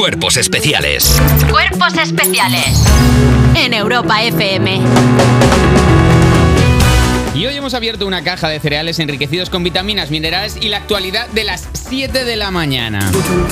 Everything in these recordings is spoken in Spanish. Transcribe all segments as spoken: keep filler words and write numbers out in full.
Cuerpos especiales. Cuerpos especiales en Europa F M. Y hoy hemos abierto una caja de cereales enriquecidos con vitaminas, minerales y la actualidad de las siete de la mañana.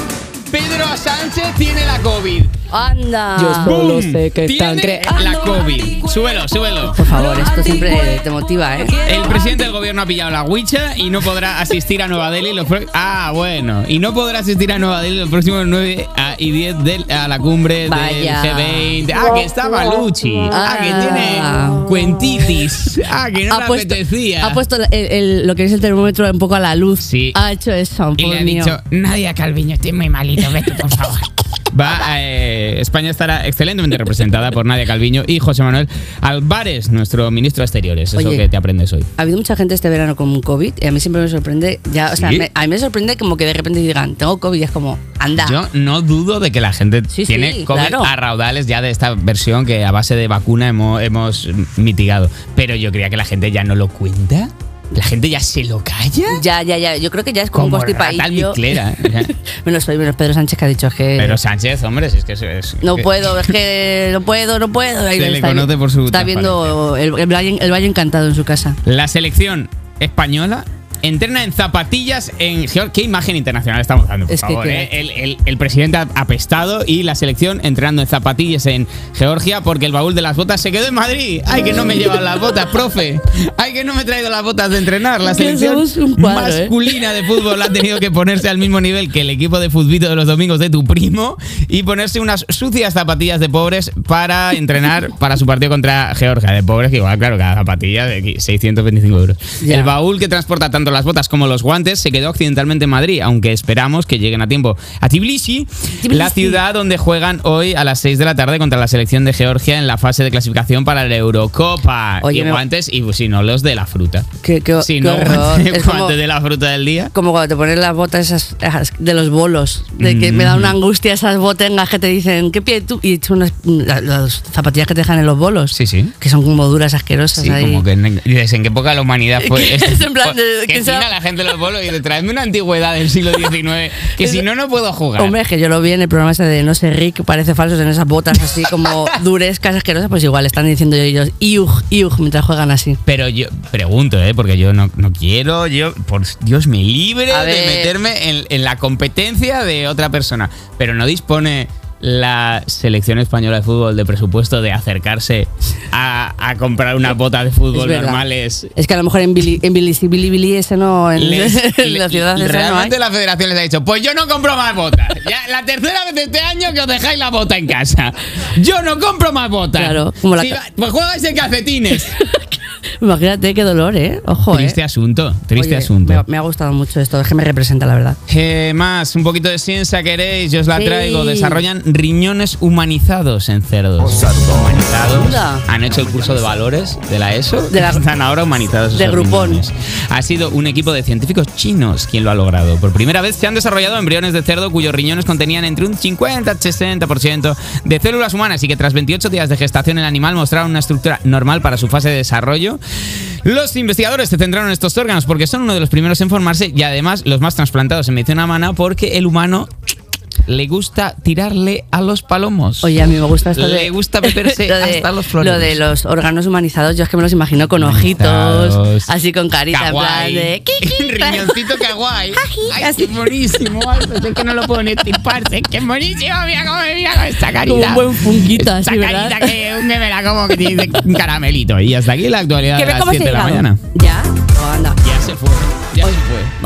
Pedro Sánchez tiene la COVID. Anda. Yo solo ¡Bum! sé que están Tiene creando. la COVID. Súbelo, súbelo. Por favor, esto siempre te motiva, ¿eh? El presidente del gobierno ha pillado la huicha y no podrá asistir a Nueva Delhi los pro- Ah, bueno. Y no podrá asistir a Nueva Delhi los próximos nueve y diez de, a la cumbre Vaya. del G veinte. Ah, que está Maluchi. Ah, que tiene cuentitis. Ah, que no ha le puesto, apetecía. ha puesto el, el- lo que es el termómetro un poco a la luz. Sí. Ha hecho eso, Y por le ha mío. dicho, Nadia Calviño, estoy muy malito, vete, por favor. Va, eh, España estará excelentemente representada por Nadia Calviño y José Manuel Álvarez, nuestro ministro de Exteriores. Eso Oye, que te aprendes hoy. Ha habido mucha gente este verano con COVID y a mí siempre me sorprende. Ya, o sea, ¿Sí? me- a mí me sorprende como que de repente digan, tengo COVID y es como, anda. Yo no dudo de que la gente Sí, tiene sí, COVID claro. a raudales ya de esta versión que a base de vacuna hemos, hemos mitigado. Pero yo creía que la gente ya no lo cuenta. ¿La gente ya se lo calla? Ya, ya, ya. Yo creo que ya es como, Como un rata constipadillo. almiclera. menos soy menos Pedro Sánchez que ha dicho es que Pero Sánchez, hombre, si es que eso es... no que- puedo, es que no puedo, no puedo. Ahí Se le está- conoce por su Está viendo el, el, valle, el Valle Encantado en su casa. La selección española entrena en zapatillas en Georgia. ¿Qué imagen internacional estamos dando, por Es que favor? qué- eh? el, el- el presidente ha apestado y la selección entrenando en zapatillas en Georgia porque el baúl de las botas se quedó en Madrid. ¡Ay, que no me llevan las botas, profe! ¡Ay, que no me he traído las botas de entrenar! La Que selección somos un cuadro, ¿eh? masculina de fútbol ha tenido que ponerse al mismo nivel que el equipo de futbito de los domingos de tu primo y ponerse unas sucias zapatillas de pobres para entrenar para su partido contra Georgia. De pobres, que igual, claro, cada zapatilla de seiscientos veinticinco euros. Ya. El baúl que transporta tanto las botas como los guantes se quedó accidentalmente en Madrid, aunque esperamos que lleguen a tiempo a Tbilisi, Tbilisi. la ciudad donde juegan hoy a las seis de la tarde contra la selección de Georgia en la fase de clasificación para la Eurocopa. Oye, y me- guantes, y si no, los de la fruta. Qué, qué, Si qué no, horror. guantes Es como, de la fruta del día. como cuando te pones las botas esas, esas de los bolos. De que Mm. me da una angustia esas botengas que te dicen, ¿qué pie tú? Y son unas, las, las zapatillas que te dejan en los bolos. Sí, sí. Que son como duras, asquerosas Sí, ahí. como que en, dices, ¿en qué época la humanidad fue? Que es en plan de- que que sea- fina la gente los bolos y de traerme una antigüedad del siglo diecinueve que si no, no puedo jugar. Hombre, es que yo lo vi en el programa ese de No sé Rick, parece falsos en esas botas así como durescas, asquerosas, pues igual están diciendo ellos iuj, iuj, mientras juegan así. Pero yo pregunto, ¿eh? Porque yo no, no quiero, yo, por Dios, me libre A de ver. meterme en, en la competencia de otra persona. Pero no dispone la selección española de fútbol de presupuesto de acercarse a, a comprar unas botas de Es fútbol verdad. normales. Es que a lo mejor en Billy, en Billy, Billy, Billy ese no, en, Les- en la ciudad esa no hay. realmente la federación les ha dicho, pues yo no compro más botas. Ya, la tercera vez de este año que os dejáis la bota en casa. Yo no compro más botas. Claro, como la Si ca- va- pues juegáis en calcetines. Imagínate qué dolor, ¿eh? Ojo, Triste ¿eh? asunto, triste Oye, asunto. Me, me ha gustado mucho esto, es que me representa, la verdad. Eh, más, un poquito de ciencia queréis, yo os la Sí. traigo. Desarrollan riñones humanizados en cerdos. Humanizados. Anda. Han hecho el curso de valores de la ESO. De la- Están ahora humanizados. de esos Groupon. riñones. Ha sido un equipo de científicos chinos quien lo ha logrado. Por primera vez se han desarrollado embriones de cerdo cuyos riñones contenían entre un cincuenta y sesenta por ciento de células humanas y que tras veintiocho días de gestación el animal mostraron una estructura normal para su fase de desarrollo. Los investigadores se centraron en estos órganos porque son uno de los primeros en formarse y además los más trasplantados en medicina humana porque el humano le gusta tirarle a los palomos. Oye, a mí me gusta esto de... Le gusta meterse lo de- hasta los flores. Lo de los órganos humanizados, yo es que me los imagino con Humanizados. ojitos, así con carita, en plan Kawaii. de... Riñoncito kawaii. Ay, qué buenísimo. Ay, pues es que no lo puedo ni estiparse. Qué buenísimo. Mira cómo me mira con esta carita. Como un buen funquito, Esta así, ¿verdad? carita que un me la como que tiene un caramelito. Y hasta aquí la actualidad ¿Qué de ve las cómo se siete de la ha mañana. ¿Ya? Oh, anda. Ya se fue. Ya se fue.